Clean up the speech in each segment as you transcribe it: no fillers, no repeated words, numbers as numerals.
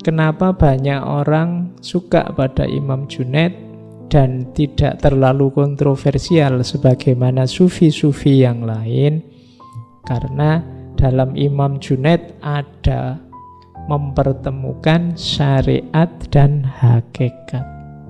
kenapa banyak orang suka pada Imam Junaid dan tidak terlalu kontroversial sebagaimana sufi-sufi yang lain? Karena dalam Imam Junaid ada mempertemukan syariat dan hakikat.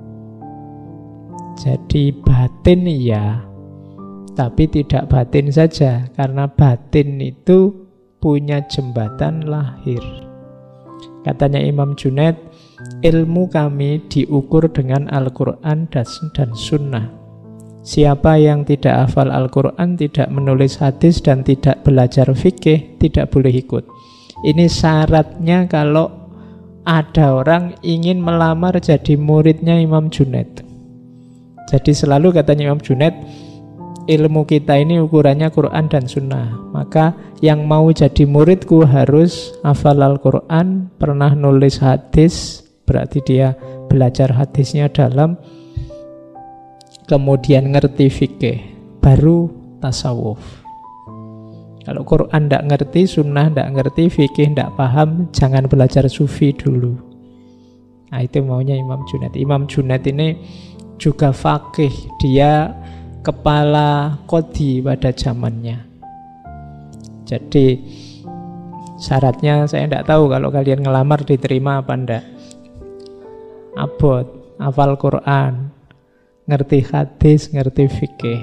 Jadi batin ya, tapi tidak batin saja, karena batin itu punya jembatan lahir. Katanya Imam Junaid, ilmu kami diukur dengan Al-Quran dan Sunnah. Siapa yang tidak hafal Al-Quran, tidak menulis hadis, dan tidak belajar fikih, tidak boleh ikut. Ini syaratnya kalau ada orang ingin melamar jadi muridnya Imam Junaid. Jadi selalu katanya Imam Junaid, ilmu kita ini ukurannya Quran dan Sunnah. Maka yang mau jadi muridku harus hafal Al-Quran, pernah nulis hadis, berarti dia belajar hadisnya dalam, kemudian ngerti fikih, baru tasawuf. Kalau Quran tidak ngerti, Sunnah tidak ngerti, fikih tidak paham, jangan belajar sufi dulu. Nah itu maunya Imam Junaid. Imam Junaid ini juga faqih, dia kepala qadhi pada zamannya. Jadi syaratnya saya tidak tahu kalau kalian ngelamar diterima apa enggak. Abot, hafal Quran, ngerti hadis, ngerti fikih,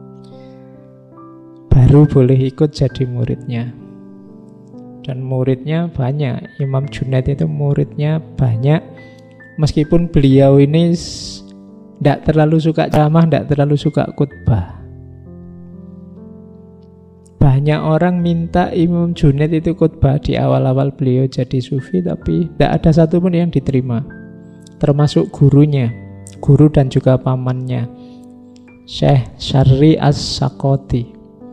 baru boleh ikut jadi muridnya. Dan muridnya banyak. Imam Junaid itu muridnya banyak. Meskipun beliau ini tidak terlalu suka ceramah, tidak terlalu suka khutbah. Banyak orang minta Imam Junaid itu khutbah di awal-awal beliau jadi sufi, tapi tidak ada satupun yang diterima. Termasuk gurunya, guru dan juga pamannya, Syekh Syarri As-Sakoti.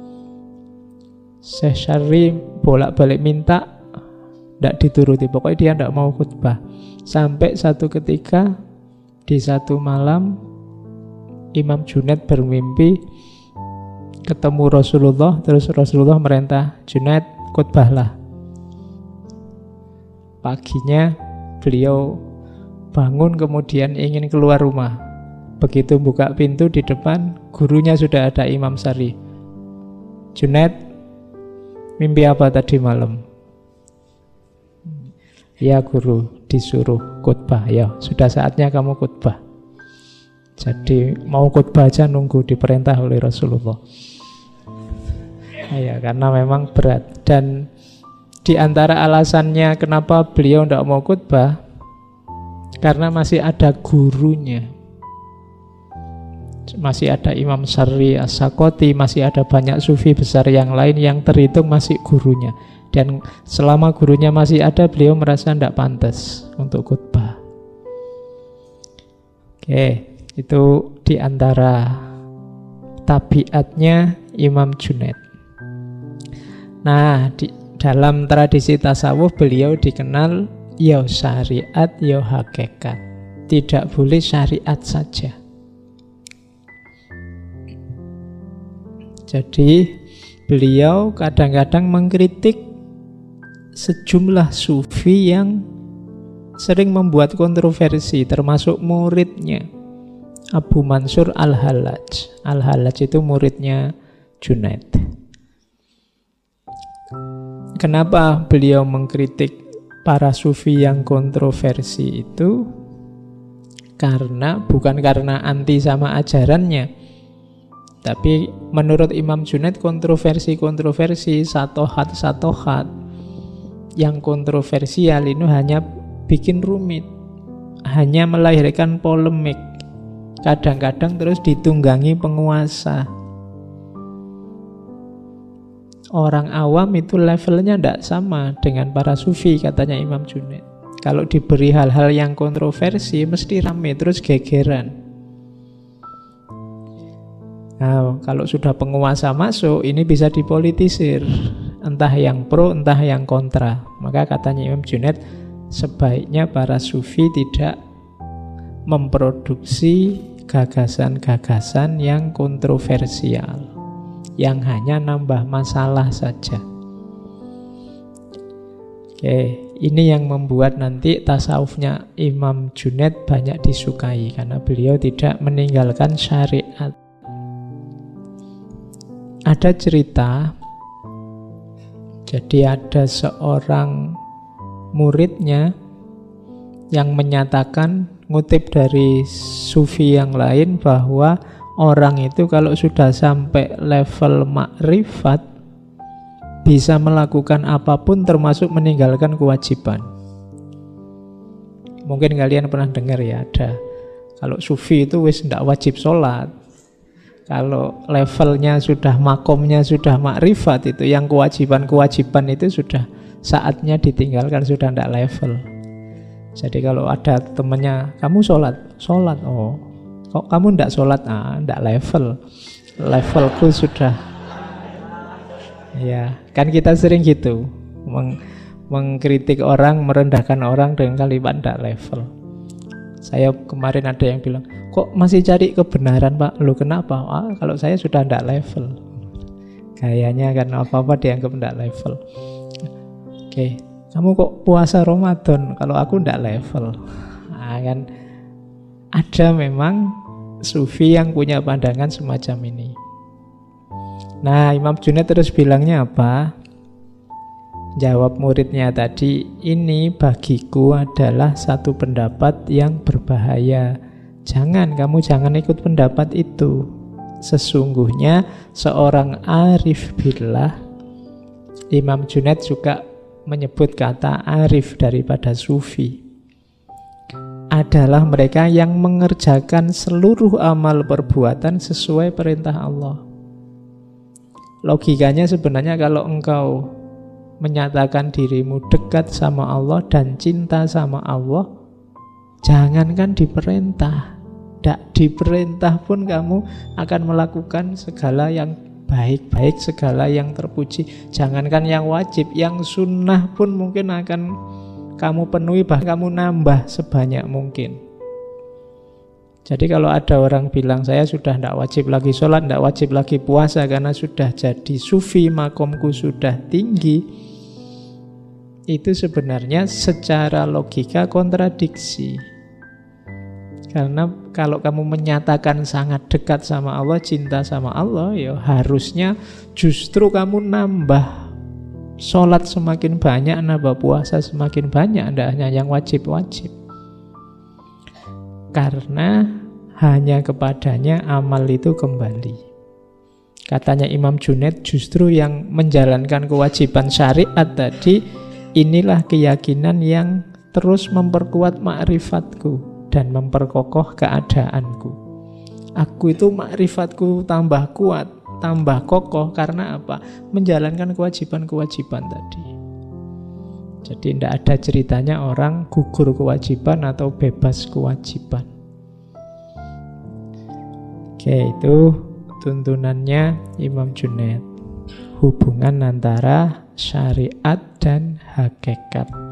Syekh Syarri bolak-balik minta, tidak dituruti. Pokoknya dia tidak mau khutbah. Sampai satu ketika di satu malam Imam Junaid bermimpi ketemu Rasulullah, terus Rasulullah merintah, Junaid khutbahlah. Paginya beliau bangun kemudian ingin keluar rumah. Begitu buka pintu, di depan gurunya sudah ada, Imam Syarri. Junaid, mimpi apa tadi malam? Ya guru, disuruh khutbah. Ya sudah saatnya kamu khutbah. Jadi mau khutbah aja nunggu diperintah oleh Rasulullah. Ya karena memang berat. Dan di antara alasannya kenapa beliau tidak mau khutbah, karena masih ada gurunya. Masih ada Imam Syarri As-Sakoti, masih ada banyak sufi besar yang lain yang terhitung masih gurunya. Dan selama gurunya masih ada, beliau merasa tidak pantas untuk khutbah. Oke, itu di antara tabiatnya Imam Junaid. Nah, dalam tradisi tasawuf beliau dikenal ya syariat, ya hakikat. Tidak boleh syariat saja. Jadi beliau kadang-kadang mengkritik sejumlah sufi yang sering membuat kontroversi, termasuk muridnya Abu Mansur Al-Hallaj. Al-Hallaj itu muridnya Junaid. Kenapa beliau mengkritik para sufi yang kontroversi itu? Bukan karena anti sama ajarannya, tapi menurut Imam Junaid kontroversi satohat yang kontroversial ini hanya bikin rumit, hanya melahirkan polemik, kadang-kadang terus ditunggangi penguasa. Orang awam itu levelnya tidak sama dengan para sufi, katanya Imam Junaid. Kalau diberi hal-hal yang kontroversi mesti rame terus gegeran. Nah, kalau sudah penguasa masuk, ini bisa dipolitisir, entah yang pro, entah yang kontra. Maka katanya Imam Junaid, sebaiknya para sufi tidak memproduksi gagasan-gagasan yang kontroversial, yang hanya nambah masalah saja. Oke, Ini yang membuat nanti tasawufnya Imam Junaid banyak disukai, karena beliau tidak meninggalkan syariat. Ada cerita, jadi ada seorang muridnya yang menyatakan, ngutip dari sufi yang lain, bahwa orang itu kalau sudah sampai level makrifat bisa melakukan apapun termasuk meninggalkan kewajiban. Mungkin kalian pernah dengar ya, ada kalau sufi itu wis ndak wajib sholat. Kalau levelnya sudah, makomnya sudah makrifat, itu yang kewajiban-kewajiban itu sudah saatnya ditinggalkan, sudah ndak level. Jadi kalau ada temannya, kamu sholat? Sholat, oh kok kamu ndak sholat? Ndak level. Levelku sudah. Ya, kan kita sering gitu mengkritik orang, merendahkan orang dengan kalimat ndak level. Saya kemarin ada yang bilang, kok masih cari kebenaran Pak? Loh kenapa? Kalau saya sudah ndak level. Kayaknya kan apa-apa dianggap ndak level. Oke, kamu kok puasa Ramadan? Kalau aku ndak level. Kan ada memang sufi yang punya pandangan semacam ini. Nah, Imam Junaid terus bilangnya apa? Jawab muridnya tadi, ini bagiku adalah satu pendapat yang berbahaya. Kamu jangan ikut pendapat itu. Sesungguhnya seorang arif billah, Imam Junaid juga menyebut kata arif daripada sufi, adalah mereka yang mengerjakan seluruh amal perbuatan sesuai perintah Allah. Logikanya sebenarnya kalau engkau menyatakan dirimu dekat sama Allah dan cinta sama Allah, jangankan diperintah, tidak diperintah pun kamu akan melakukan segala yang baik-baik, segala yang terpuji. Jangankan yang wajib, yang sunnah pun mungkin akan kamu penuhi, bahkan kamu nambah sebanyak mungkin. Jadi kalau ada orang bilang, saya sudah tidak wajib lagi sholat, tidak wajib lagi puasa karena sudah jadi sufi, makomku sudah tinggi, itu sebenarnya secara logika kontradiksi. Karena kalau kamu menyatakan sangat dekat sama Allah, cinta sama Allah, ya harusnya justru kamu nambah sholat semakin banyak, nambah puasa semakin banyak, tidak hanya yang wajib-wajib. Karena hanya kepadanya amal itu kembali. Katanya Imam Junaid, justru yang menjalankan kewajiban syariat tadi, inilah keyakinan yang terus memperkuat ma'rifatku dan memperkokoh keadaanku. Aku itu ma'rifatku tambah kuat, tambah kokoh, karena apa? Menjalankan kewajiban-kewajiban tadi. Jadi tidak ada ceritanya orang gugur kewajiban atau bebas kewajiban. Oke, itu tuntunannya Imam Junaid. Hubungan antara syariat dan hakikat.